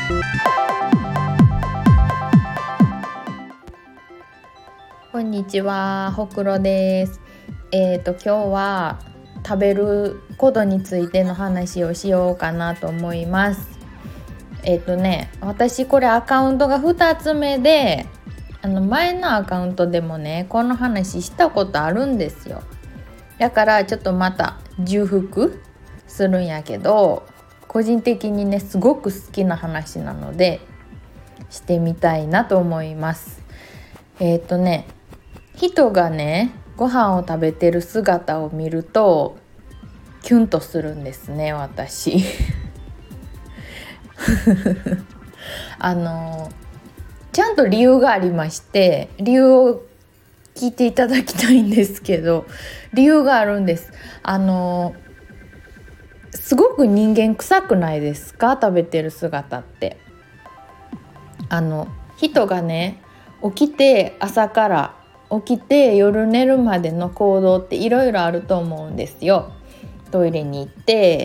こんにちは、ほくろです。今日は食べることについての話をしようかなと思います。私これアカウントが2つ目で、前のアカウントでもねこの話したことあるんですよ。だからちょっとまた重複するんやけど、個人的にねすごく好きな話なのでしてみたいなと思います。人がねご飯を食べてる姿を見るとキュンとするんですね、私ちゃんと理由がありまして、理由を聞いていただきたいんですけど、理由があるんです。すごく人間臭くないですか？食べてる姿って。人がね起きて朝から起きて夜寝るまでの行動っていろいろあると思うんですよ。トイレに行って、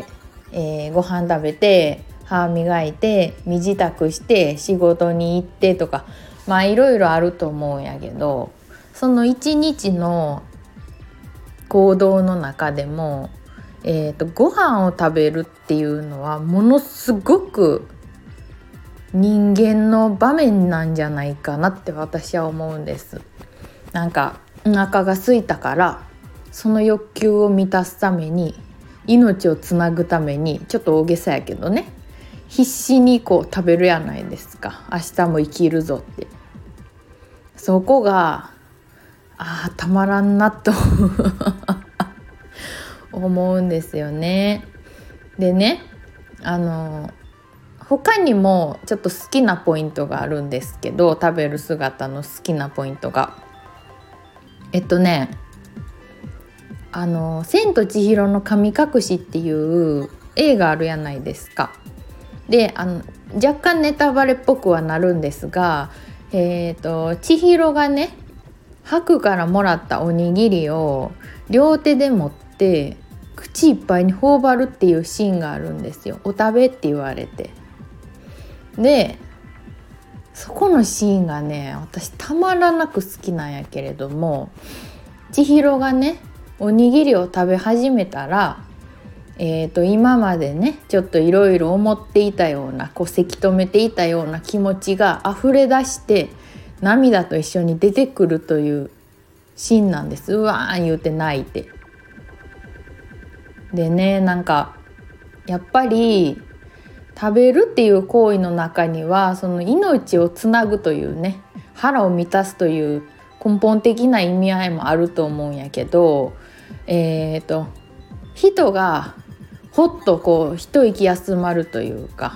ご飯食べて歯磨いて身支度して仕事に行ってとか、いろいろあると思うんやけど、その一日の行動の中でも、ご飯を食べるっていうのはものすごく人間の場面なんじゃないかなって私は思うんです。なんかお腹が空いたからその欲求を満たすために、命をつなぐために、ちょっと大げさやけどね、必死にこう食べるやないですか。明日も生きるぞって。そこがたまらんなと思うんですよね。でね、他にもちょっと好きなポイントがあるんですけど、食べる姿の好きなポイントが千と千尋の神隠しっていう映画あるやないですか。で若干ネタバレっぽくはなるんですが、千尋がね白からもらったおにぎりを両手で持って口いっぱいに頬張るっていうシーンがあるんですよ。お食べって言われて。でそこのシーンがね私たまらなく好きなんやけれども、千尋がねおにぎりを食べ始めたら、今までねちょっといろいろ思っていたような、せき止めていたような気持ちが溢れ出して涙と一緒に出てくるというシーンなんです。うわー言うて泣いて。でね、なんかやっぱり食べるっていう行為の中にはその命をつなぐというね、腹を満たすという根本的な意味合いもあると思うんやけど、人がほっとこう一息休まるというか、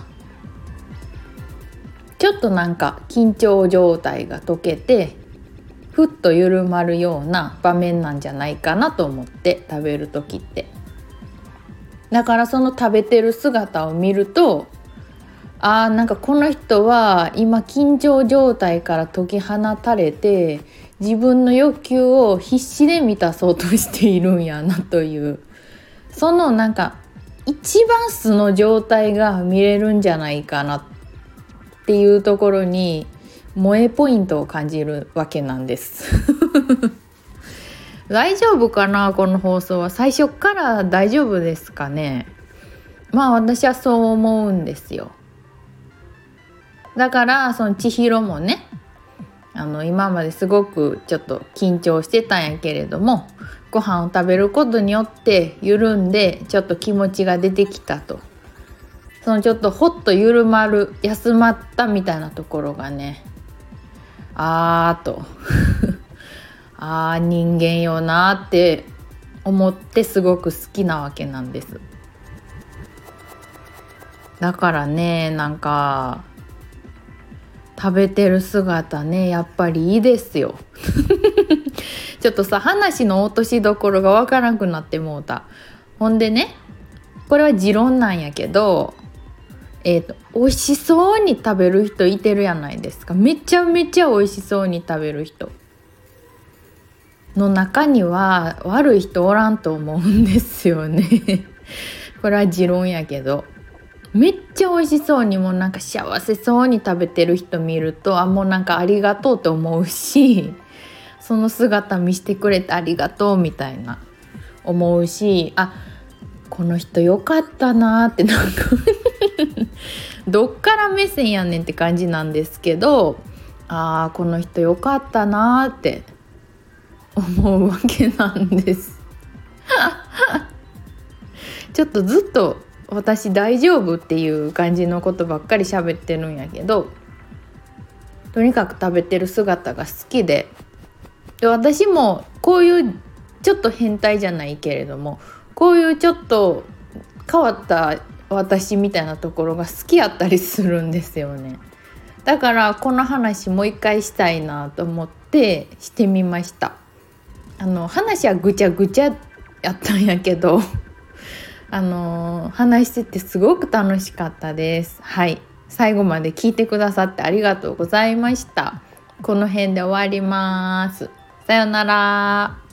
ちょっとなんか緊張状態が解けてふっと緩まるような場面なんじゃないかなと思って、食べる時って。だからその食べてる姿を見ると、なんかこの人は今緊張状態から解き放たれて自分の欲求を必死で満たそうとしているんやなという、そのなんか一番素の状態が見れるんじゃないかなっていうところに萌えポイントを感じるわけなんです大丈夫かな、この放送は。最初から大丈夫ですかね。私はそう思うんですよ。だからその千尋もね、今まですごくちょっと緊張してたんやけれども、ご飯を食べることによって緩んでちょっと気持ちが出てきたと。そのちょっとほっと緩まる、休まったみたいなところがね、人間よなって思ってすごく好きなわけなんです。だからね、なんか食べてる姿ねやっぱりいいですよちょっとさ、話の落としどころがわからなくなってもうた。ほんでね、これは持論なんやけど、美味しそうに食べる人いてるやないですか。めちゃめちゃ美味しそうに食べる人の中には悪い人おらんと思うんですよねこれは持論やけど、 めっちゃ美味しそうにもうなんか幸せそうに食べてる人見るともうなんかありがとうと思うし、その姿見せてくれてありがとうみたいな思うし、この人よかったなってなんかどっから目線やねんって感じなんですけど、この人よかったなって思うわけなんですちょっとずっと私大丈夫っていう感じのことばっかり喋ってるんやけど、とにかく食べてる姿が好きで、私もこういうちょっと変態じゃないけれども、こういうちょっと変わった私みたいなところが好きやったりするんですよね。だからこの話もう一回したいなと思ってしてみました。話はぐちゃぐちゃやったんやけど話しててすごく楽しかったです。はい、最後まで聞いてくださってありがとうございました。この辺で終わります。さよなら。